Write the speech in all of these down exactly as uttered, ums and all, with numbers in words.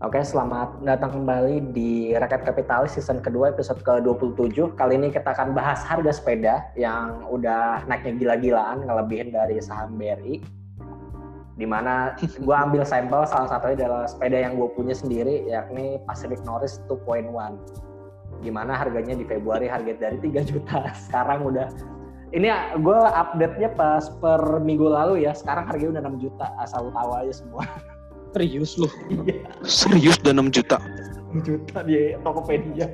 Oke, selamat datang kembali di Rakyat Kapitalis season kedua episode ke dua puluh tujuh. Kali ini kita akan bahas harga sepeda yang udah naiknya gila-gilaan, ngelebihin dari saham B R I. Dimana gue ambil sampel salah satunya adalah sepeda yang gue punya sendiri, yakni Pacific Norris dua titik satu. Dimana harganya di Februari harga dari tiga juta. Sekarang udah, ini gue update-nya pas per minggu lalu ya, sekarang harganya udah enam juta, asal lu tahu aja semua. Serius lu? Iya. Serius udah enam juta? enam juta di Tokopedia.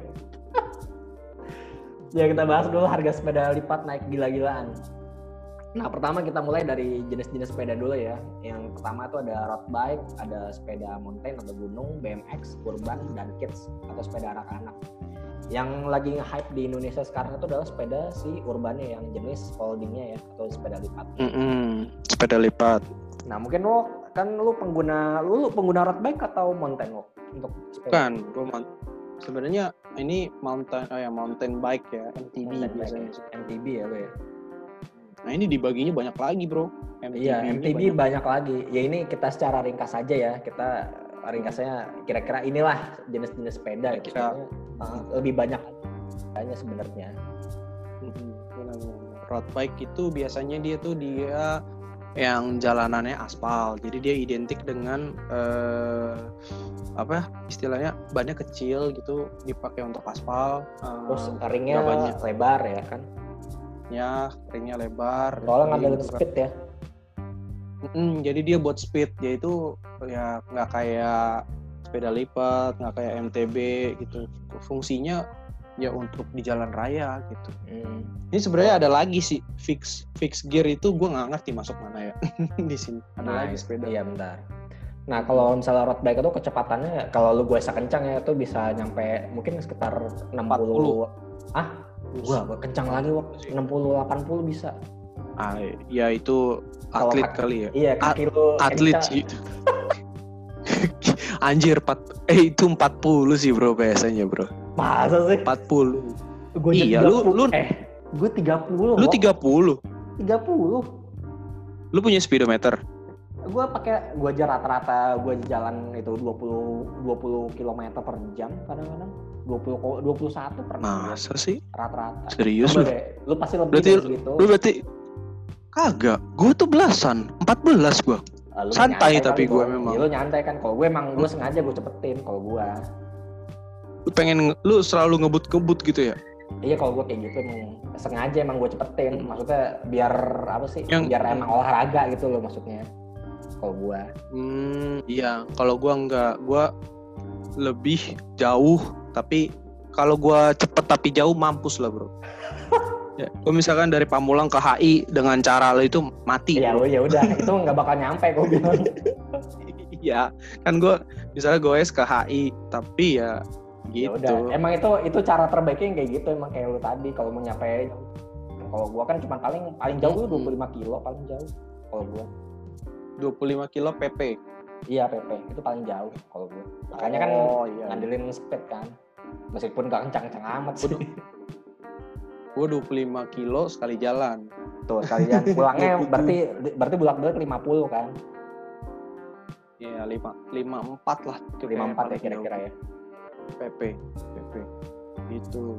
Ya kita bahas dulu harga sepeda lipat naik gila-gilaan. Nah pertama kita mulai dari jenis-jenis sepeda dulu ya. Yang pertama itu ada road bike, ada sepeda mountain atau gunung, B M X, urban, dan kids atau sepeda anak-anak. Yang lagi nge-hype di Indonesia sekarang itu adalah sepeda si urbannya yang jenis foldingnya ya, atau sepeda lipat. Mm-mm, sepeda lipat. Nah mungkin lo kan lu pengguna lu, lu pengguna road bike atau mountain lo untuk sepeda? Bukan, gue mount- sebenarnya ini mountain oh ya mountain bike ya, M T B Mountain biasanya. bike, M T B ya lo ya. Nah ini dibaginya banyak lagi bro. M T B Iya, M T B banyak. banyak lagi. Ya ini kita secara ringkas saja ya. Kita ringkasnya kira-kira inilah jenis-jenis sepeda gitu. Kira- Sebenarnya, uh, lebih banyak hanya sebenarnya. Mm-mm, benar-benar. Road bike itu biasanya dia tuh dia yang jalanannya aspal, jadi dia identik dengan eh, apa istilahnya bannya kecil gitu, dipakai untuk aspal. eh, Terus ringnya nggak banyak. lebar ya kan. Ya ringnya lebar. Soalnya Jadi ngandelin gitu kan. speed ya. Mm, jadi dia buat speed, dia itu ya nggak kayak sepeda lipat, nggak kayak M T B gitu. Fungsinya ya untuk di jalan raya gitu. Hmm. Ini sebenarnya ada lagi sih fix fix gear itu gue nggak ngerti masuk mana ya di sini. Ada Nah, lagi sepeda. iya bentar. Nah kalau misalnya road bike itu kecepatannya kalau lu gue kencang ya itu bisa nyampe mungkin sekitar enam puluh. Ah? Gua gua kencang lagi waktu enam puluh delapan puluh bisa. Ah, ya itu atlet Kalau- kali ya. Iya, kaki lu Atlet kencang. sih. Anjir, empat eh itu empat puluh sih bro biasanya bro. Masa sih? empat puluh. Gue Iya, lu- lu- eh gue tiga puluh. Lu tiga puluh. tiga puluh. Lu punya speedometer? Gue pakai gue aja rata-rata gue jalan itu dua puluh dua puluh kilometer per jam kadang-kadang. dua puluh dua puluh satu pernah. Masa sih? Rata-rata. Serius Coba lu? deh, lu pasti lebih Berarti dari gitu. Lu berarti kagak. Gue tuh belasan, empat belas gue. Ah, lu santai nyantai tapi kali, gue Bang. memang. Ya, lu nyantai kan. Kalau gue emang gue sengaja gue cepetin kalau gue. Lu pengen lu selalu ngebut-ngebut gitu ya? Iya kalau gue kayak gitu emang sengaja emang gue cepetin. Maksudnya biar apa sih? Yang- Biar emang olahraga gitu loh maksudnya. Kalau gue. Hmm, iya. Kalau gua enggak, gua lebih jauh. Tapi kalau gua cepet tapi jauh mampus lah bro. Ya, gua misalkan dari Pamulang ke H I dengan cara lo itu mati. Ya bro. ya udah itu nggak bakal nyampe gue bilang. Iya, kan gua misalnya goes ke H I, tapi ya Ya gitu. udah. Emang itu itu cara terbaiknya yang kayak gitu emang kayak lu tadi kalau mau nyampe. Kalau gue kan cuma paling paling jauh Hmm. dua puluh lima kilo paling jauh. Kalau gue. dua puluh lima kilo P P. Iya P P itu paling jauh kalau gue. Makanya kan Oh, iya. ngandelin speed kan. Meskipun gak kencang-kencang amat sih. Gua dua puluh lima kilo sekali jalan. Tuh kalian pulangnya berarti berarti bolak-balik lima puluh kan. Iya, lima lima empat lah. Itu lima puluh empat ya kayak kira-kira ya. P P, P P. Gitu.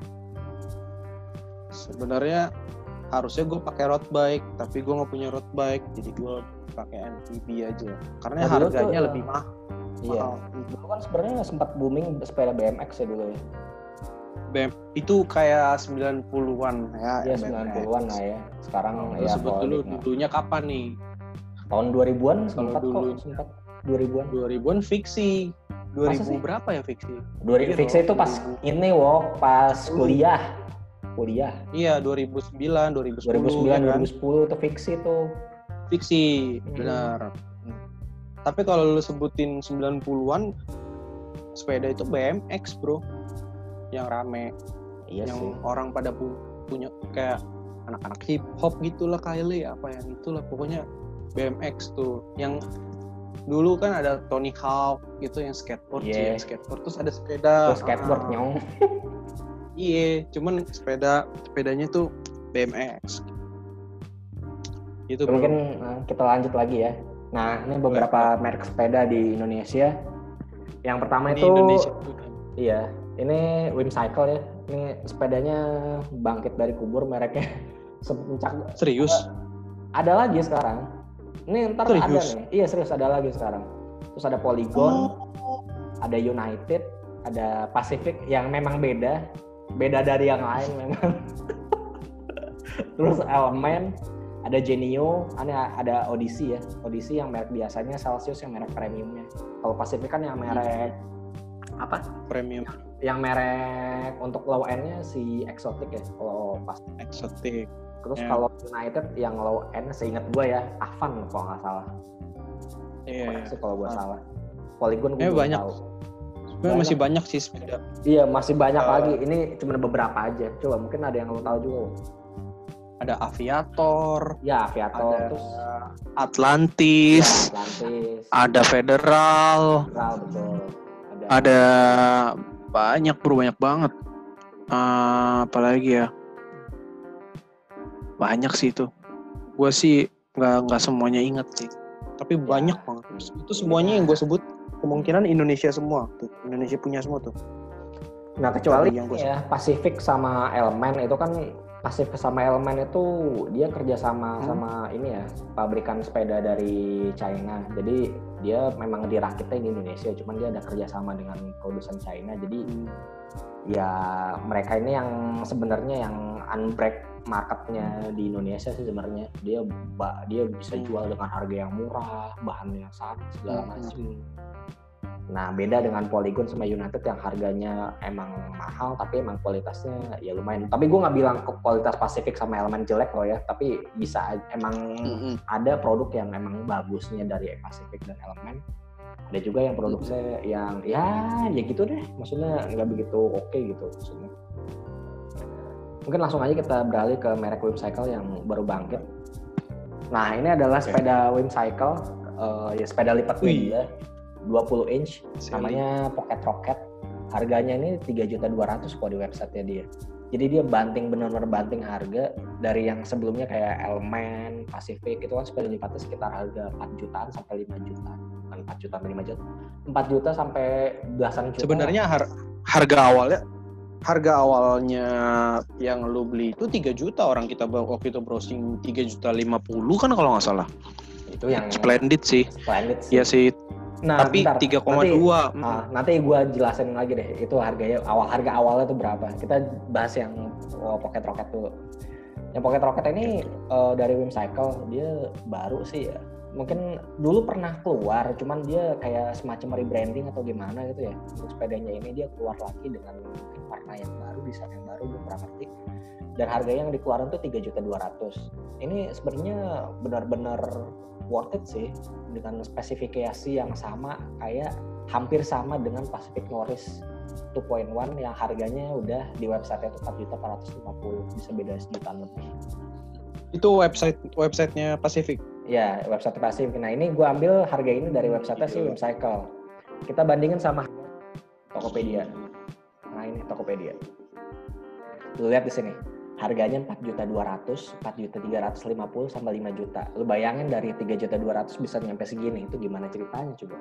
Sebenarnya harusnya gue pakai road bike, tapi gue nggak punya road bike, jadi gue pakai M T B aja. Karena Nah, dulu harganya tuh, lebih mahal. Iya. mahal. Dulu kan sebenarnya sempat booming sepeda B M X ya dulu ya. B M itu kayak sembilan puluhan ya. Iya M X. sembilan puluhan lah ya. Sekarang Lu ya sebut kalau dulu di- dulunya kapan nih? tahun dua ribuan Kalau sempat dulu- kok sempat dua ribuan. dua ribuan fiksi. dua ribu Masa sih? berapa ya fiksi? dua ribu Iya fixnya dong, itu pas dua ribu. ini wo, pas kuliah. Kuliah. Iya, dua ribu sembilan, dua ribu sepuluh. dua ribu sembilan, ya kan? dua ribu sepuluh itu fiksi tuh. Fiksi, Hmm. benar. Tapi kalau lu sebutin sembilan puluhan, sepeda itu B M X bro, yang rame, Iya yang sih. orang pada pu- punya kayak anak-anak hip hop gitulah, Kylie apa yang itulah, pokoknya B M X tuh. Yang dulu kan ada Tony Hawk gitu yang skateboard, Yeah. sih, skateboard terus ada sepeda. Terus skateboard Ah, nyong. Iya, cuman sepeda sepedanya tuh B M X. Gitu bro. Mungkin uh, kita lanjut lagi ya. Nah, ini beberapa merek sepeda di Indonesia Yang pertama Ini itu Indonesia bukan. Iya, ini Whimsicle ya. Ini sepedanya bangkit dari kubur, mereknya sepuncak. Serius? Ada lagi sekarang. Ini ntar ada Serius? nih. Iya serius, ada lagi sekarang. Terus ada Polygon, Oh. ada United, ada Pacific yang memang beda, beda dari yang lain memang. Terus Element, ada Genio, ada ada Odyssey ya. Odyssey yang merek biasanya, Celsius yang merek premiumnya. Kalau Pacific kan yang merek apa? Premium. Yang merek untuk low end-nya si Exotic ya. Kalau pas Eksotik. terus Ya. kalau United yang low end seingat gue ya Avan kalau nggak salah. Iya. Koreksi kalau gue Ah. salah. Polygon gue Eh, belum banyak. tahu. Sebenarnya masih banyak sih sepeda. Iya masih banyak Uh, lagi. Ini cuma beberapa aja. Coba mungkin ada yang lo tahu juga. Ada Aviator, Ya Aviator, ada terus Atlantis, ya, Atlantis, ada Federal, Federal, betul. Ada, ada banyak bro, banyak banget. Uh, apalagi ya? Banyak sih itu. Gue sih nggak nggak semuanya inget sih. Tapi Ya. banyak banget. Itu semuanya yang gue sebut kemungkinan Indonesia semua tuh. Indonesia punya semua tuh. Nah kecuali Tadi yang gua ya Pacific sama Element itu kan Pacific sama Element itu dia kerja sama Hmm. sama ini ya pabrikan sepeda dari China. Jadi dia memang dirakitnya di Indonesia, cuman dia ada kerjasama dengan produsen China. Jadi Hmm. ya mereka ini yang sebenarnya yang unbreak marketnya di Indonesia sih sebenarnya. Dia dia bisa Hmm. jual dengan harga yang murah, bahannya sama segala Hmm. macam. Nah beda dengan Polygon sama United yang harganya emang mahal tapi emang kualitasnya ya lumayan. Tapi gue nggak bilang kualitas Pacific sama Element jelek loh ya, tapi bisa emang Hmm. ada produk yang emang bagusnya dari Pacific dan Element. Ada juga yang produknya yang ya ya gitu deh, maksudnya nggak begitu oke okay gitu maksudnya. Mungkin langsung aja kita beralih ke merek Whimsicle yang baru bangkit. Nah ini adalah Oke. sepeda Whimsicle, uh, ya sepeda lipat Wih. media dua puluh inch, Sally. namanya Pocket Rocket. Harganya ini tiga juta dua ratus kok di websitenya dia. Jadi dia banting, benar-benar banting harga dari yang sebelumnya kayak Element, Pacific itu kan sepeda lipatnya sekitar harga empat jutaan sampai lima juta. Bukan empat juta sampai lima juta. empat juta sampai belasan juta. Sebenarnya har- harga awalnya harga awalnya yang lu beli itu tiga juta, orang kita waktu itu browsing tiga juta lima puluh kan kalau nggak salah. Itu yang Splendid sih. Splendid sih. Iya sih. Nah, Tapi bentar, tiga koma dua. Nanti, ah, nanti gue jelasin lagi deh. Itu harganya awal harga awalnya tuh berapa. Kita bahas yang oh, Pocket Rocket dulu. Yang Pocket Rocket ini uh, dari Whimsicle, dia baru sih ya. Mungkin dulu pernah keluar, cuman dia kayak semacam rebranding atau gimana gitu ya. Untuk sepedanya ini dia keluar lagi dengan mungkin warna yang baru, desain yang baru, gue pernah ngerti. Dan harganya yang dikeluarin tuh tiga juta dua ratus. Ini sebenarnya benar-benar worth it sih, dengan spesifikasi yang sama kayak hampir sama dengan Pacific Norris dua titik satu yang harganya udah di website itu empat juta empat ratus lima puluh, bisa beda sejutaan lebih. Itu website websitenya Pacific. Ya, website Pacific. Nah ini gue ambil harga ini dari websitenya si Whimsicle. Kita bandingin sama Tokopedia. Nah ini Tokopedia. Lu lihat di sini. Harganya empat juta dua ratus, empat juta tiga ratus lima puluh sama lima juta. Lu bayangin dari tiga juta dua ratus bisa nyampe segini, itu gimana ceritanya coba?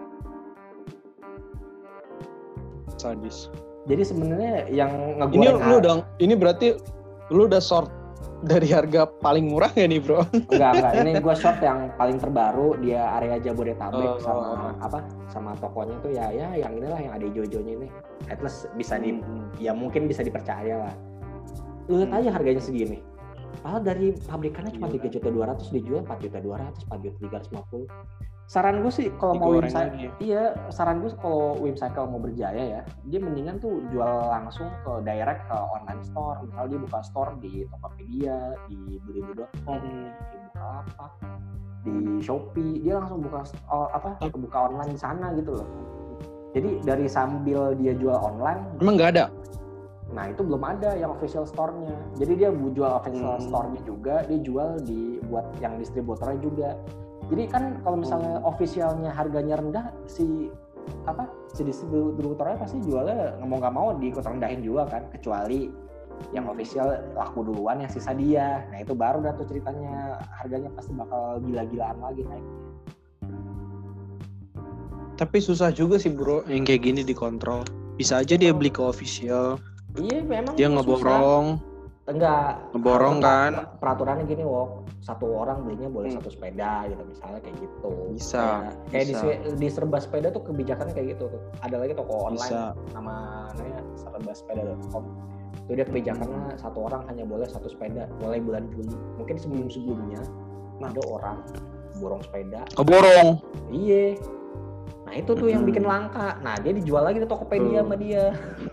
Sadis. Jadi sebenarnya yang ngegoreng Ini lu udah ini berarti lu udah sort dari harga paling murah ya nih, Bro? enggak enggak, ini gue short yang paling terbaru, dia area Jabodetabek Oh, sama oh. apa? Sama tokonya tuh ya ya yang inilah yang ada hijau-hijaunya ini. At least bisa di Hmm. ya mungkin bisa dipercaya lah. Lu lihat aja harganya segini. Padahal dari pabrikannya cuma tiga juta dua ratus dijual empat juta dua ratus, empat juta tiga ratus lima puluh. Saran gue sih kalau mau Digoreng Whimsicle, lagi. iya saran gue kalau Whimsicle mau berjaya ya, dia mendingan tuh jual langsung ke direct ke online store. Misal dia buka store di Tokopedia, di blibli dot com, di Bukalapak, di Shopee, dia langsung buka oh, apa buka online di sana gitu loh. Jadi dari sambil dia jual online, Emang nggak ada? nah itu belum ada yang official store-nya. Jadi dia jual official Hmm. store-nya juga, dia jual di buat yang distributornya juga. Jadi kan kalau misalnya Hmm. officialnya harganya rendah, si apa si distributornya pasti jualnya nggak mau nggak mau diikut rendahin juga kan, kecuali yang official laku duluan, yang sisa dia. Nah itu baru dah tuh ceritanya harganya pasti bakal gila-gilaan lagi naiknya. Tapi susah juga sih bro yang kayak gini dikontrol. Bisa aja dia beli ke official. Iya memang Dia ngeborong. Enggak. Ngeborong kan. Peraturannya gini Wok. Satu orang belinya boleh hmm. satu sepeda gitu misalnya kayak gitu. Bisa. Kayak, bisa. kayak di, di serba sepeda tuh kebijakannya kayak gitu tuh. Ada lagi toko online bisa. namanya serba sepeda dot com. Itu dia kebijakannya hmm. satu orang hanya boleh satu sepeda mulai bulan Juli. Mungkin sebelum-sebelumnya nah. ada orang borong sepeda. Keborong. Iya. Nah itu tuh hmm. yang bikin langka. Nah dia dijual lagi di Tokopedia hmm. sama dia.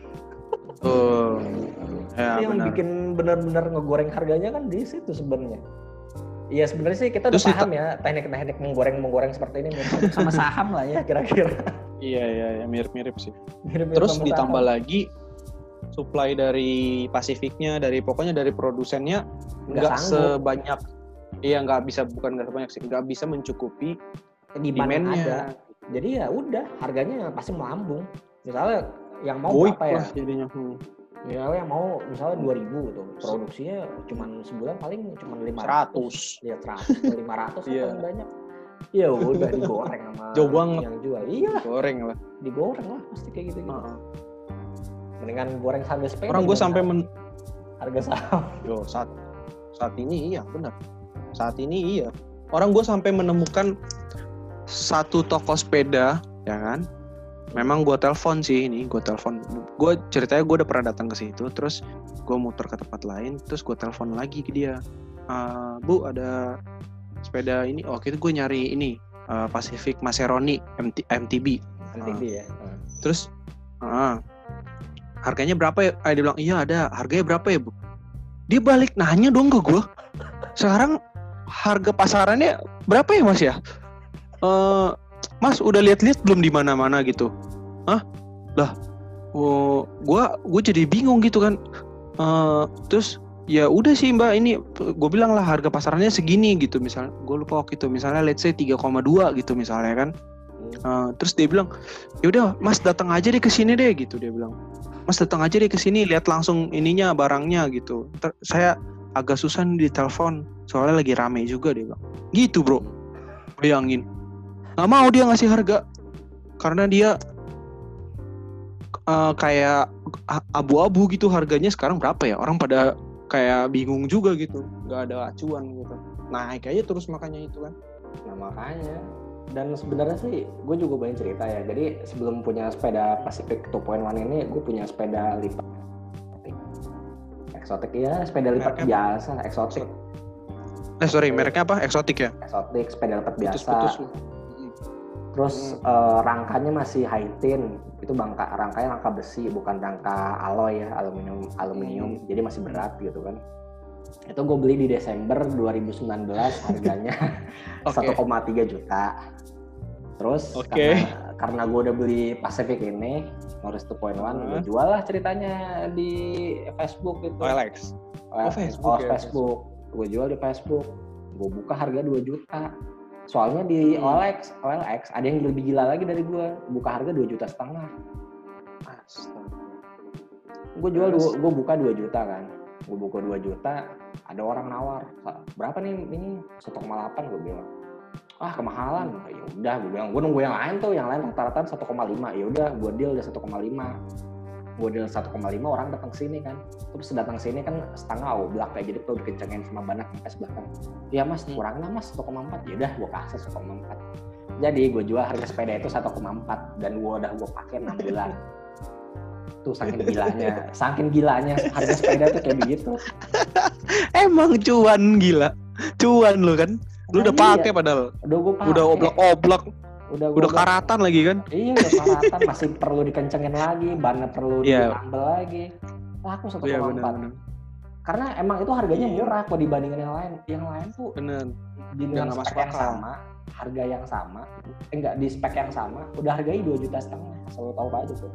Oh. Ya, itu yang benar. Bikin benar-benar ngegoreng harganya kan di situ sebenarnya. Iya sebenarnya sih kita udah Terus paham dita- ya teknik-teknik menggoreng-menggoreng seperti ini sama saham lah ya kira-kira. Iya iya ya, mirip-mirip sih. Mirip-mirip Terus ditambah saham. Lagi supply dari Pasifiknya, dari pokoknya dari produsennya nggak sebanyak, iya nggak bisa bukan nggak sebanyak sih, nggak bisa mencukupi demand-nya. Jadi ya udah harganya pasti melambung. Misalnya yang mau Boy, berapa ya? Jadinya. Hmm. Ya yang mau misalnya dua ribu gitu. Produksinya cuma sebulan paling cuma lima ratus. Ya seratus lima ratus yeah. paling banyak. Ya udah digoreng sama Jauh banget. Yang jual. Iya. Goreng lah. Digoreng lah pasti kayak gitu-gitu. Uh-huh. Mendingan goreng harga sepeda. Orang gue sampai men... harga saham. Yo, saat saat ini iya benar. Saat ini iya. Orang gue sampai menemukan satu toko sepeda, ya kan? Memang gue telepon sih ini, gue telepon. Gue ceritanya gue udah pernah datang ke situ, terus gue muter ke tempat lain, terus gue telepon lagi ke dia. Uh, Bu ada sepeda ini, oh itu gue nyari ini uh, Pacific Maseroni M T, M T B. M T B uh, ya. Uh. Terus, uh, harganya berapa ya? Ah, dia bilang iya ada. Harganya berapa ya Bu? Dia balik nanya dong ke gue. Sekarang harga pasarannya berapa ya Mas ya? Uh, Mas udah lihat-lihat belum di mana-mana gitu? Hah? Lah, oh, gua gua jadi bingung gitu kan. Uh, terus ya udah sih Mbak ini gue bilang lah harga pasarannya segini gitu misalnya. Gue lupa waktu itu misalnya let's say tiga koma dua gitu misalnya kan. Uh, terus dia bilang, "Ya udah, Mas datang aja deh ke sini deh," gitu dia bilang. "Mas datang aja deh ke sini lihat langsung ininya barangnya gitu." Ter- saya agak susah nih di telepon soalnya lagi rame juga dia bilang. Gitu, Bro. Bayangin. Nggak mau dia ngasih harga karena dia uh, kayak abu-abu gitu harganya sekarang berapa ya, orang pada kayak bingung juga gitu, nggak ada acuan gitu, naik aja terus makanya itu kan. Nah makanya, dan sebenarnya sih gue juga banyak cerita ya, jadi sebelum punya sepeda Pacific dua point satu ini gue punya sepeda lipat eksotik ya, sepeda lipat mereka biasa eksotik. Eh sorry mereknya apa, eksotik ya? Eksotik, sepeda lipat biasa. Putus-putus. Terus hmm. uh, rangkanya masih high tin, itu bangka rangkanya rangka besi bukan rangka alloy ya, aluminium aluminium, hmm. jadi masih berat gitu kan. Itu gue beli di Desember dua ribu sembilan belas harganya okay. satu koma tiga juta. Terus okay. karena, karena gue udah beli Pacific ini Morris dua point satu, hmm. gue jual lah ceritanya di Facebook gitu. O L X. Oh, Facebook. Oh, ya, Facebook. Gue jual di Facebook. Gue buka harga dua juta. Soalnya di O L X, O L X ada yang lebih gila lagi dari gue, buka harga dua juta setengah. Astaga. Gue jual, gue buka dua juta kan, gue buka dua juta, ada orang nawar, berapa nih ini satu koma delapan gue bilang, ah kemahalan, ya udah gue bilang, gue nunggu yang lain tuh, yang lain rata-rata satu koma lima, ya udah gue deal udah satu koma lima. Gue deal satu koma lima, orang datang sini kan, terus datang sini kan setengah oblak kayak jadi tuh dikencengin sama banak sampai belakang. Ya mas kurangin lah mas satu koma empat, ya udah gue kasih satu koma empat. Jadi gue jual harga sepeda itu satu koma empat dan gue udah gue pakai enam bulan. Tuh saking gilanya, saking gilanya harga sepeda tuh kayak begitu. Emang cuan gila, cuan lo kan, lu nah, udah iya. pakai padahal, udah gue pakai, udah oblak-oblak. Udah, udah karatan lagi kan? Iya udah karatan, masih perlu dikencengin lagi, bannya perlu yeah. ditambal lagi. Laku satu koma empat. Yeah, karena emang itu harganya yeah. murah kalau dibandingin yang lain. Yang lain tuh bener. Dengan spek yang sama, harga yang sama, eh, enggak di spek yang sama, udah harganya dua juta setengah. Selalu tahu aja tuh.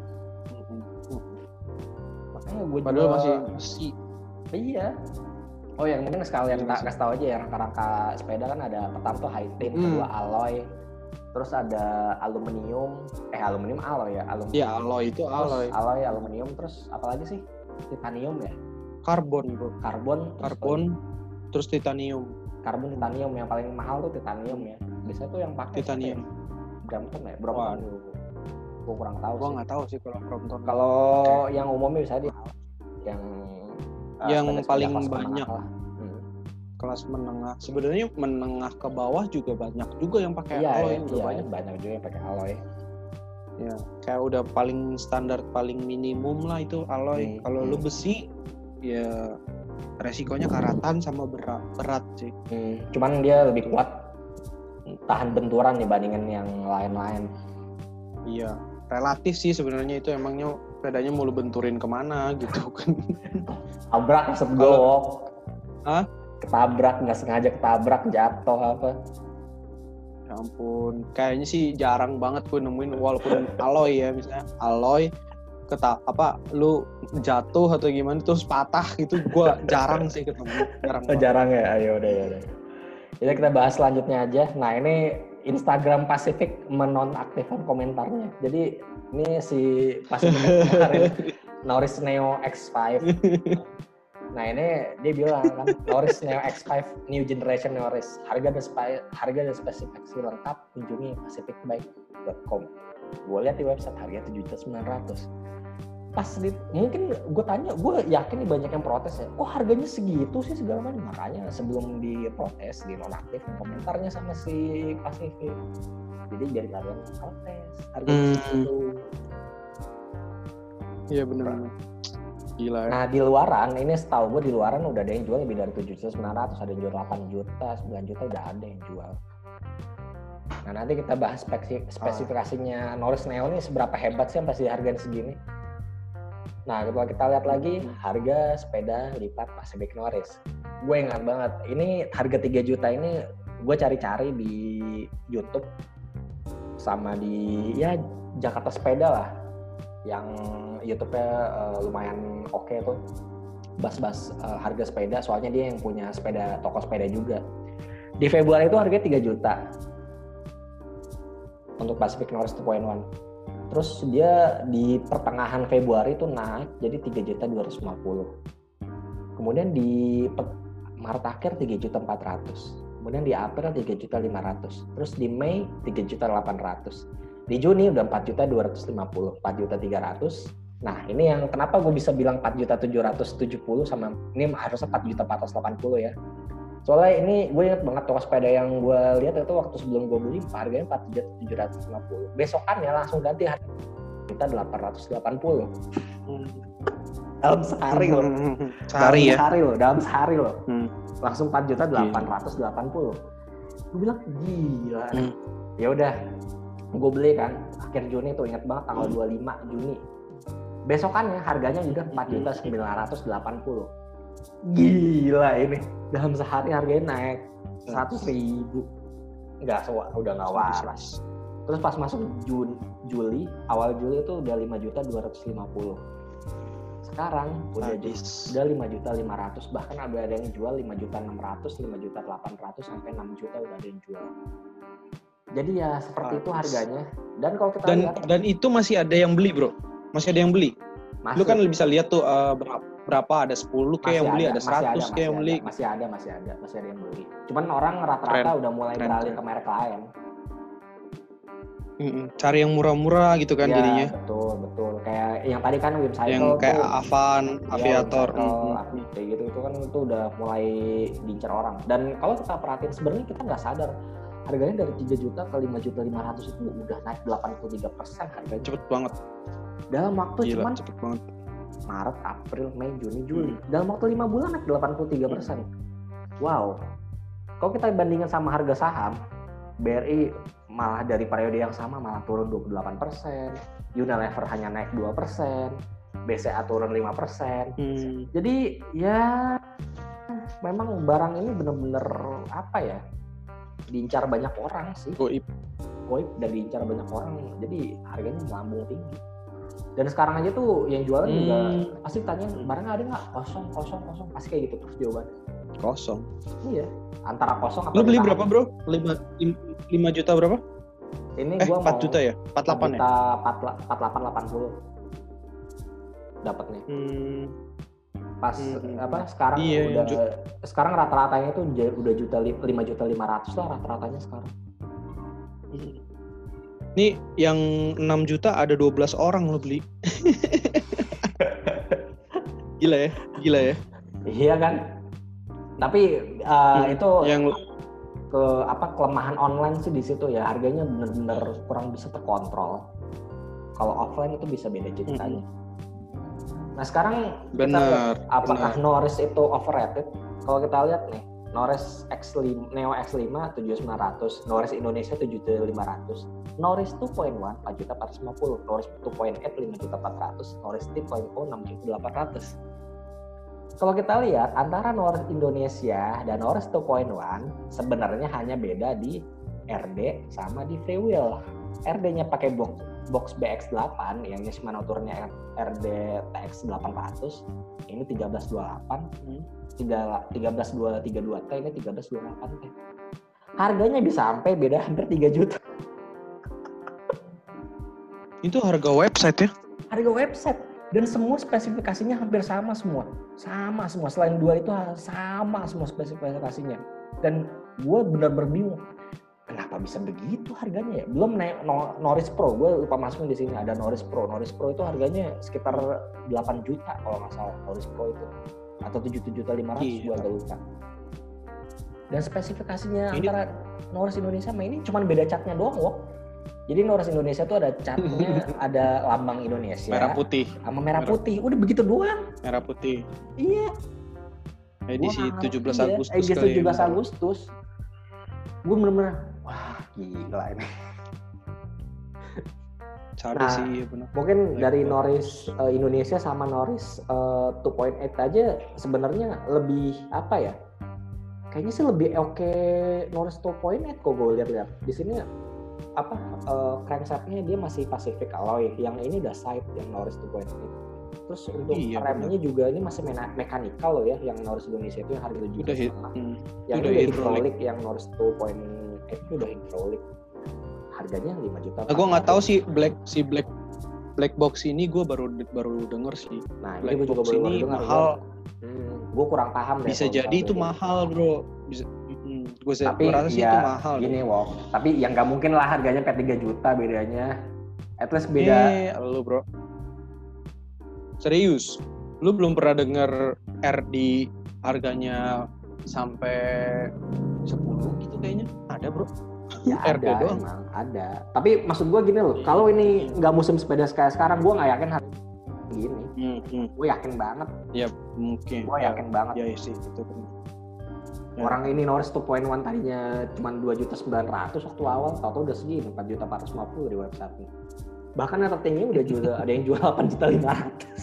Makanya gue padahal juga, masih masih. Iya. Oh yang mungkin sekalian tak kasih tahu aja ya, rangka-rangka sepeda kan ada pertama tuh high tin, hmm. kedua alloy. Terus ada aluminium, eh aluminium alloy ya, aluminium. Iya alloy itu alloy. Terus alloy aluminium, terus apa lagi sih? Titanium ya? Karbon bro. Karbon. Karbon. Terus titanium. Karbon titanium yang paling mahal tuh titanium ya. Biasanya tuh yang pakai titanium. Brompton ya, Brompton. Gue kurang tahu. Gue nggak tahu sih kalau Brompton. Kalau okay. yang umumnya bisa di yang uh, yang sepeda-sepeda paling kelas banyak menengah hmm. kelas menengah. Sebenarnya menengah ke bawah juga banyak juga yang pakai iya, alloy. Iya, juga banyak. banyak juga yang pakai alloy. Ya, kayak udah paling standar paling minimum lah itu alloy. Hmm. Kalau hmm. lu besi, ya resikonya karatan sama berat, berat sih. Hmm. Cuman dia lebih kuat tahan benturan dibandingin yang lain-lain. Iya, relatif sih sebenarnya itu emangnya sepedanya mau lu benturin kemana gitu kan. Tabrak segok. Hah? Ketabrak, nggak sengaja ketabrak, jatuh apa. Ya ampun, kayaknya sih jarang banget gue nemuin walaupun alloy ya, misalnya alloy keta apa lu jatuh atau gimana terus patah gitu, gue jarang sih ketemu. Jarang, oh, jarang ya, ayo udah ya udah. Jadi kita bahas selanjutnya aja. Nah ini Instagram Pacific menonaktifkan komentarnya. Jadi ini si Pacific kemarin Norris Neo X five. Nah ini dia bilang kan Norris Neo X five New Generation Norris, harga dan spe- harga dan spesifikasi lengkap kunjungi pacific bike dot com. Gue lihat di website harga tujuh juta sembilan ratus. Pas di, mungkin gue tanya, gue yakin nih banyak yang protes ya, kok harganya segitu sih segala macam. Makanya sebelum diprotes di nonaktif komentarnya sama si Pacific. Jadi jadi kalian protes harganya hmm. segitu. Iya benar. Gila ya. Nah di luaran, ini setahu gue di luaran udah ada yang jual lebih dari tujuh juta sembilan ratus, ada yang jual delapan juta, sembilan juta udah ada yang jual. Nah nanti kita bahas spesif- spesifikasinya Norris Neo ini seberapa hebat sih yang pasti harganya segini. Nah kalau kita lihat lagi harga sepeda lipat Pacific Norris. Gue ingat banget, ini harga tiga juta ini gue cari-cari di YouTube sama di ya Jakarta Sepeda lah. Yang YouTube-nya uh, lumayan oke okay tuh, bahas-bahas uh, harga sepeda, soalnya dia yang punya sepeda, toko sepeda juga. Di Februari itu harganya tiga juta untuk Pacific Norris dua titik satu. Terus dia di pertengahan Februari itu naik jadi tiga juta dua ratus lima puluh. Kemudian di Maret akhir tiga juta empat ratus. Kemudian di April tiga juta lima ratus. Terus di Mei tiga juta delapan ratus. Di Juni udah empat juta dua ratus lima puluh, empat juta tiga ratus. Nah ini yang kenapa gue bisa bilang empat juta tujuh ratus tujuh puluh sama ini harusnya empat juta empat ratus delapan puluh ya. Soalnya ini gue ingat banget toko sepeda yang gue lihat itu waktu sebelum gue beli harganya empat juta tujuh ratus lima puluh. Besokannya langsung ganti harga empat juta delapan ratus delapan puluh. Hmm. Dalam sehari loh. Sehari ya. Sehari loh, dalam sehari loh. Hmm. Langsung empat juta delapan ratus delapan puluh. Gue bilang gila. Hmm. Ya udah. Gue beli kan akhir Juni tuh, ingat banget tanggal dua puluh lima Juni. Besokannya harganya udah empat juta sembilan ratus delapan puluh. Gila ini. Dalam sehari harganya naik seratus ribu. Enggak, udah enggak waras. Terus pas masuk Jun, Juli, awal Juli itu udah lima juta dua ratus lima puluh. Sekarang udah Habis. udah lima juta lima ratus, bahkan ada yang jual lima juta enam ratus, lima juta delapan ratus sampai enam juta udah ada yang jual. Jadi ya seperti Habis. itu harganya. Dan kalau kita dan, lihat dan itu masih ada yang beli, Bro. Masih ada yang beli. Masih. Lu kan bisa lihat tuh uh, berapa, berapa ada sepuluh kayak yang beli, ada seratus kayak yang beli. Masih ada, masih ada, masih ada yang beli. Cuman orang rata-rata Keren. udah mulai Keren. beralih ke merek lain. Mm-mm. Cari yang murah-murah gitu kan ya, jadinya. Betul, betul. Kayak yang tadi kan Wim Cycle yang kayak tuh, Avan, ya, Aviator, mm-hmm. kayak gitu itu kan itu udah mulai diincar orang. Dan kalau kita perhatiin sebenarnya kita nggak sadar harganya dari tiga juta ke lima juta lima ratus itu udah naik delapan puluh tiga persen harganya. Cepet banget. Dalam waktu Gila, cuman cepet banget. Maret, April, Mei, Juni, Juli. Hmm. Dalam waktu lima bulan naik delapan puluh tiga persen. Hmm. Wow. Kalau kita bandingkan sama harga saham, B R I malah dari periode yang sama malah turun dua puluh delapan persen. Unilever hanya naik dua persen. B C A turun lima persen. Hmm. Jadi ya memang barang ini benar-benar apa ya? Diincar banyak orang sih. Goib. Goib dan diincar banyak orang. Jadi harganya melambung tinggi. Dan sekarang aja tuh yang jualan hmm. juga pasti tanya barangnya ada nggak? Kosong, kosong, kosong. Pasti kayak gitu terus jawabannya. Kosong. Iya. Antara kosong atau lu beli berapa, Bro? lima juta berapa? Ini eh, gua empat mau juta ya? empat puluh delapan ya? empat puluh delapan delapan puluh. Dapatnya. Hmm. Pas hmm. apa sekarang iya, udah ju- sekarang rata-ratanya tuh udah juta lima juta lima ratus lah rata-ratanya sekarang. Nih yang enam juta ada dua belas orang lo beli. Gila ya, gila ya. Iya kan? Tapi uh, hmm, itu yang ke apa kelemahan online sih di situ ya, harganya benar-benar kurang bisa terkontrol. Kalau offline itu bisa beda ceritanya. Hmm. Nah sekarang bener, kita lihat apakah bener. Norris itu overrated? Kalau kita lihat nih, Norris X lima, Neo X lima tujuh ribu sembilan ratus, Norris Indonesia tujuh juta lima ratus, Norris dua titik satu empat juta empat ratus lima puluh, Norris dua titik delapan lima juta empat ratus, Norris tiga titik nol enam juta delapan ratus. Kalau kita lihat antara Norris Indonesia dan Norris dua titik satu sebenarnya hanya beda di R D sama di freewheel. R D-nya pakai box box B X delapan yang Shimano Tournya R D T X delapan ratus, ini tiga belas dua puluh delapan, hmm. tiga belas dua tiga dua T, ini tiga belas dua puluh delapan T. Harganya bisa sampai beda hampir tiga juta. Itu harga website ya? Harga website. Dan semua spesifikasinya hampir sama semua. Sama semua. Selain dua itu sama semua spesifikasinya. Dan gue benar-benar bingung. Kenapa bisa begitu harganya ya? Belum naik Norris Pro. Gue lupa masukin di sini ada Norris Pro. Norris Pro itu harganya sekitar delapan juta kalau nggak salah Norris Pro itu. Atau tujuh juta lima ratus gue agak lupa. Dan spesifikasinya ini antara Norris Indonesia sama ini cuma beda catnya doang, Wok. Jadi Norris Indonesia tuh ada catnya, ada lambang Indonesia. Merah putih. Sama merah putih. Udah begitu doang. Merah putih. Iya. Edisi tujuh belas iya. Agustus. Edisi tujuh belas Agustus. Gue bener-bener, wah gila ini. Cari nah, sih, benar. Mungkin like dari bener. Norris uh, Indonesia sama Norris uh, dua titik delapan aja sebenarnya lebih apa ya? Kayaknya sih lebih oke Norris dua titik delapan kok gue lihat-lihat. Di sini apa uh, cranksetnya dia masih Pacific alloy, yang ini udah side yang Norris dua titik delapan. Terus untuk iya, remnya bener. Juga ini masih me- mekanikal loh ya, yang Norris Indonesia itu yang harga tujuh juta setengah. Hmm, yang udah hidrolik, yang Norris dua titik delapan itu udah hidrolik. Harganya lima juta. Nah, gue nggak tahu sih black si black black box ini gue baru baru denger sih. Nah black ini gue juga baru ini denger, mahal. Hmm, gue kurang paham deh. Bisa jadi itu ini. Mahal bro. Bisa. Hmm, gue tapi rasa sih ya, itu mahal. Gini Wok. Tapi yang nggak mungkin lah harganya kayak tiga juta bedanya. At least beda. Eh, lu bro. Serius, lu belum pernah denger R D harganya sampai sepuluh gitu kayaknya? Ada bro. Ya R D ada doang. Emang ada. Tapi maksud gue gini loh, kalau ini nggak musim sepeda kayak sekarang, gue nggak yakin harga gini. Hmm, hmm. Gue yakin banget. Ya mungkin. Gue yakin ya, banget. Ya sih itu benar. Orang ya. Ini Norris dua titik satu tadinya cuma dua juta sembilan ratus waktu awal, tahu-tahu udah segini empat juta empat ratus lima puluh di website-nya. Bahkan yang tertinggi udah jual ada yang jual delapan juta lima ratus.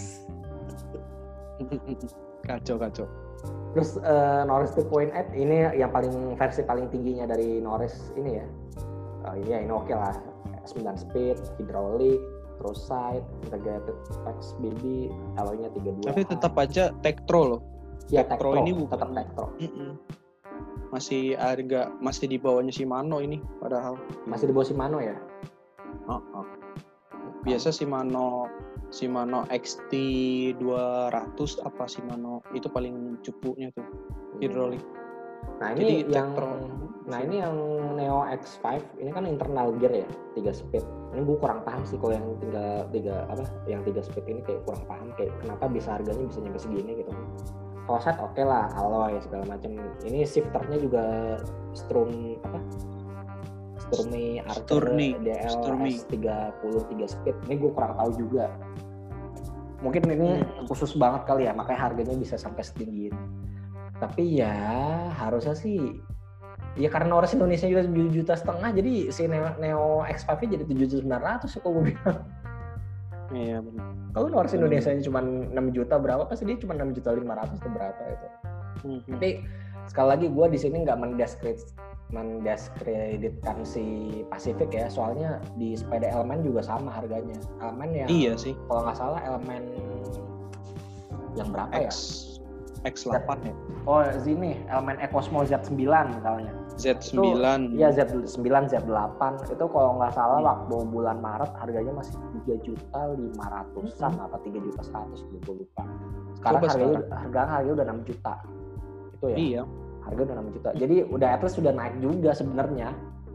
Kacau kacau. Terus uh, Norris dua titik delapan ini yang paling versi paling tingginya dari Norris ini ya. Oh iya ini oke okay lah. sembilan speed, hidrolik, terus side, integrated X B B, alloy-nya tiga puluh dua. Tapi tetap aja Tektro loh. Ya Tektro ini bukan tetap Tektro. Masih harga masih di bawahnya Shimano ini padahal. Masih di bawah Shimano ya? Oh, oh. Biasa Shimano Shimano X T dua ratus apa Shimano itu paling cupunya tuh hidrolik. Nah ini Jadi, yang tektro. Nah ini yang Neo X lima ini kan internal gear ya, tiga speed. Ini gue kurang paham sih kalau yang tiga tiga apa yang tiga speed ini kayak kurang paham kayak kenapa bisa harganya bisa nyampe segini gitu. Kalau set oke okay lah, alloy segala macam. Ini shifternya juga Strum apa? Sturmy Archer D L S tiga puluh tiga speed. Ini gue kurang tahu juga. Mungkin ini hmm. khusus banget kali ya, makanya harganya bisa sampai setinggi ini. Tapi ya harusnya sih ya karena Norris Indonesia juga tujuh juta setengah, jadi si Neo, Neo X lima jadi tujuh juta sembilan ratus ya kalau gue bilang. Iya benar. Kalau Norris Indonesia cuma enam juta berapa, pasti dia cuma enam juta lima ratus atau berapa itu. Hmm. Tapi sekali lagi gue di sini nggak mendiskredit mendiskreditkan si Pacific ya, soalnya di sepeda elemen juga sama harganya. Elemen yang iya sih. Kalau nggak salah elemen yang berapa X, ya? X delapan ya. Oh sini elemen Ecosmo Z sembilan misalnya. Z sembilan. Iya Z sembilan, Z delapan itu kalau nggak salah hmm. waktu bulan Maret harganya masih tiga juta lima ratusan hmm. apa tiga juta seratus gitu gue lupa. Sekarang Coba harganya sekarang. harga harganya udah enam juta. Itu ya. Iya. Harga udah enam juta. Jadi udah at least sudah naik juga sebenarnya.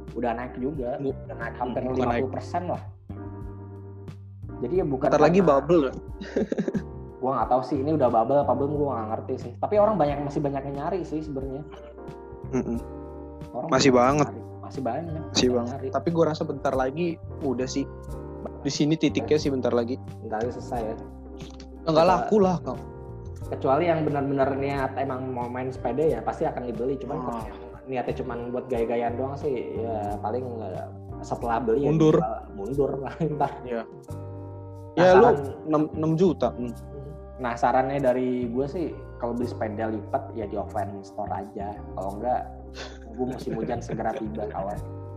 udah naik juga, udah naik hampir Bukan lima naik. puluh persen lah. Jadi ya bukan Bentar lagi karena- bubble ya? Gua nggak tahu sih ini udah bubble apa belum, gua nggak ngerti sih. Tapi orang banyak masih banyak yang nyari sih sebenarnya. Mm-mm. Orang Masih banyak banget. nyari. Masih banyak. Masih yang bang. nyari. Tapi gue rasa bentar lagi udah sih. Di sini titiknya sih bentar lagi. Bentar lagi selesai ya. Enggak Kita- laku lah kau. Kecuali yang benar-benar niat emang mau main sepeda ya pasti akan dibeli. Cuman Oh. kalau niatnya cuman buat gaya-gayaan doang sih ya paling eh, setelah beli ya Mundur. dijual. Mundur lah ntar. Iya. Nah, Ya lu saran- enam juta. Hmm. Nah sarannya dari gue sih kalau beli sepeda lipat ya di offline store aja. Kalau enggak gue musim hujan segera tiba kawan.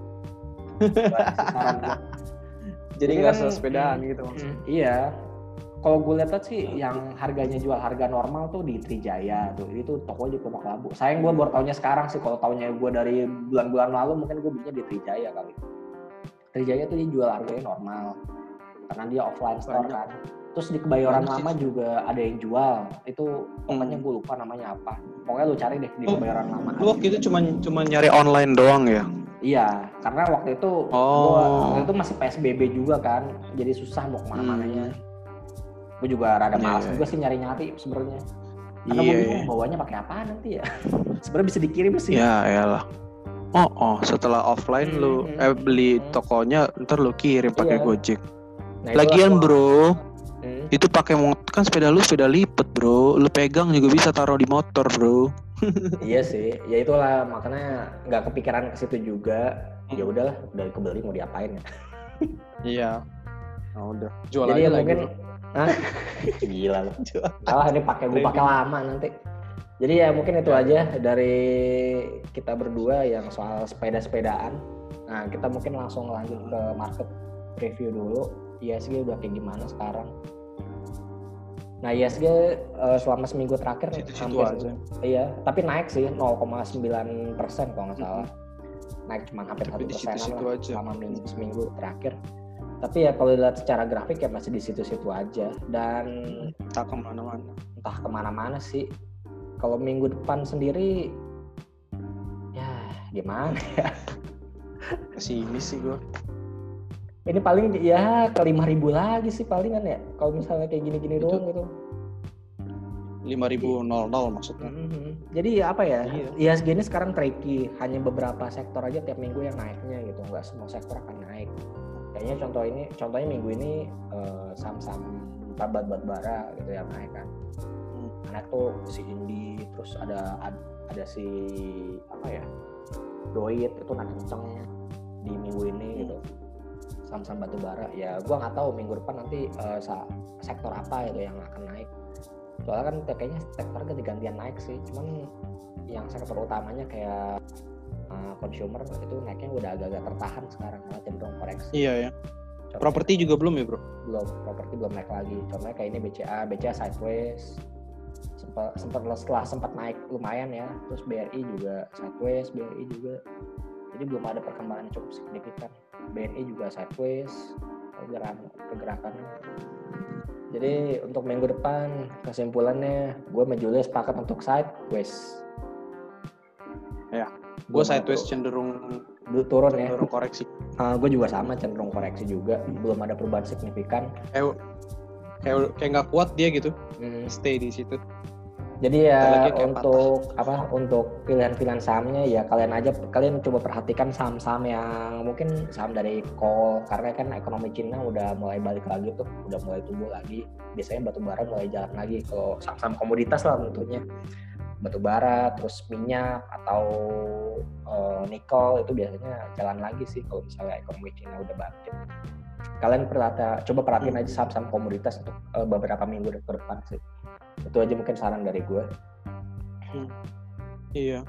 Saran gue. Jadi Jadi nggak kan- sepedaan gitu maksudnya. Iya. Kalau gue lihat sih yang harganya jual harga normal tuh di Trijaya tuh. Itu tokonya di Pondok Labu. Sayang gue baru taunya sekarang sih. Kalau taunya gue dari bulan-bulan lalu mungkin gue belinya di Trijaya kali. Trijaya tuh dia jual harganya normal. Karena dia offline store Banyak. kan. Terus di Kebayoran Banyak sih. Lama juga ada yang jual. Itu pokoknya Hmm. gue lupa namanya apa. Pokoknya lu cari deh di Oh, Kebayoran Lama. Lu waktu itu cuma cuma nyari online doang ya? Iya, karena waktu itu Oh. gua waktu itu masih P S B B juga kan, jadi susah mau kemana-mananya. Gue juga rada Iya, malas iya, juga sih nyari-nyari sebenarnya. Karena Iya, gue bingung iya. bawanya pakai apa nanti ya. Sebenarnya bisa dikirim sih. Ya, elah. Oh, oh, setelah offline Hmm, lu hmm, eh beli hmm. tokonya, ntar lu kirim pakai Iya. Gojek. Nah, itulah Lagian, gua- Bro, Hmm. itu pakai motor kan sepeda lu sepeda lipat, Bro. Lu pegang juga bisa taruh di motor, Bro. Iya sih, ya itulah makanya nggak kepikiran ke situ juga. Ya udahlah, udah kebeli mau diapain ya. Iya. Nah, udah. Jual Jadi aja ya lagi. mungkin, Bro. Hah? Gila lu. Jual. Salah ini pakai gue pakai lama nanti. Jadi ya mungkin itu aja dari kita berdua yang soal sepeda-sepedaan. Nah kita mungkin langsung lanjut ke market review dulu. I S G udah kayak gimana sekarang? Nah I S G uh, selama seminggu terakhir Situ-situ hampir- aja. Iya, tapi naik sih nol koma sembilan persen kalau nggak salah. Naik cuma hampir Tapi satu di persenan situ-situ lah aja. selama minggu, seminggu terakhir. Tapi ya kalau dilihat secara grafik ya masih di situ-situ aja dan Tak kemana-mana. entah kemana-mana sih. Kalau minggu depan sendiri, ya gimana ya? Pesimis sih gua. Ini paling ya ke lima ribu lagi sih palingan ya. Kalau misalnya kayak gini-gini Itu- doang gitu. lima ribu maksudnya. Mhm. Jadi apa ya? Iya. I S G ini sekarang tricky. Hanya beberapa sektor aja tiap minggu yang naiknya gitu. Nggak semua sektor akan naik. Kayaknya contoh ini, contohnya minggu ini eh, saham-saham bat bat bara gitu yang naik kan. Hmm. Naik tuh si Indi, terus ada ada si apa ya? Doit itu naik kenceng di minggu ini Hmm. gitu. Saham-saham batu bara. Ya gua nggak tahu minggu depan nanti eh, sa- sektor apa itu yang akan naik. Soalnya kan kayaknya sektor ganti-gantian naik sih. Cuman yang sektor utamanya kayak uh, consumer itu naiknya udah agak-agak tertahan sekarang, malah cenderung koreksi. Iya ya. Contohnya- Properti juga belum ya, Bro? belum, properti belum naik lagi. Contohnya kayak ini B C A, B C A sideways. Sempat sempat setelah sempat naik lumayan ya. Terus B R I juga sideways, B R I juga. Jadi belum ada perkembangan yang cukup signifikan. B N I juga sideways pergerakan pergerakannya. Jadi untuk minggu depan kesimpulannya gue sama Julius sepakat untuk sideways. Ya, Gue Belum sideways ada cenderung tu- turun ya. cenderung koreksi. Uh, gue juga sama cenderung koreksi juga. Belum ada perubahan signifikan. Kayak kayak kayak nggak kuat dia gitu. Hmm. Stay di situ. Jadi ya Apalagi kayak untuk apa untuk pilihan-pilihan sahamnya ya kalian aja kalian coba perhatikan saham-saham yang mungkin saham dari coal karena kan ekonomi Cina udah mulai balik lagi tuh, udah mulai tumbuh lagi. Biasanya batu bara mulai jalan lagi kalau saham-saham komoditas lah tentunya. Batu bara, terus minyak atau uh, nikel itu biasanya jalan lagi sih kalau misalnya ekonomi Cina udah bangkit. Kalian perhati, coba perhatiin Hmm. aja saham-saham komoditas untuk uh, beberapa minggu ke depan sih. Itu aja mungkin saran dari gue. Hmm. Iya.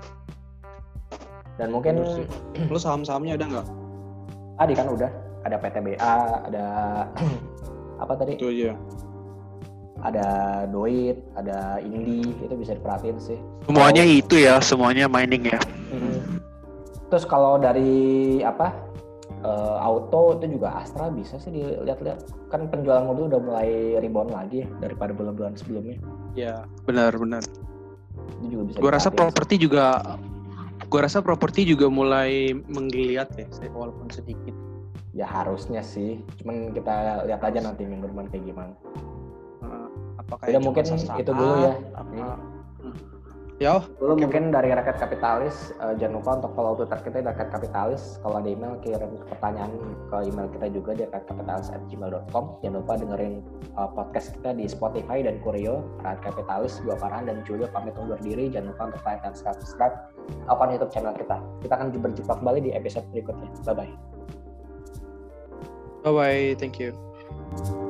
Dan mungkin Bener sih. Lu saham-sahamnya ada nggak? tadi kan udah ada P T B A, ada apa tadi? Itu aja. Ada Doit, ada Indi, itu bisa diperhatiin sih. Semuanya Kalau- itu ya, semuanya mining ya. Mhm. Terus kalau dari apa eh, auto itu juga Astra bisa sih dilihat-lihat. Kan penjualan mobil udah mulai rebound lagi ya daripada bulan-bulan sebelumnya. Iya, benar-benar. Itu juga bisa. Gue rasa diperhatiin sih. properti juga gua rasa properti juga mulai menggeliat ya, walaupun sedikit. Ya harusnya sih, cuman kita lihat aja nanti minggu depan kayak gimana. Uh, apakah Udah mungkin itu dulu ya. Apa, hmm. Ya, dulu okay. Mungkin dari Rakyat Kapitalis, uh, jangan lupa untuk follow Twitter kita di Rakyat Kapitalis. Kalau ada email, kirim pertanyaan ke email kita juga di rakyat kapitalis at gmail dot com. Jangan lupa dengerin uh, podcast kita di Spotify dan Kurio. Rakyat Kapitalis, gue Farhan dan Julio pamit undur diri. Jangan lupa untuk like dan subscribe akun YouTube channel kita. Kita akan berjumpa kembali di episode berikutnya. Bye-bye. Bye-bye, thank you.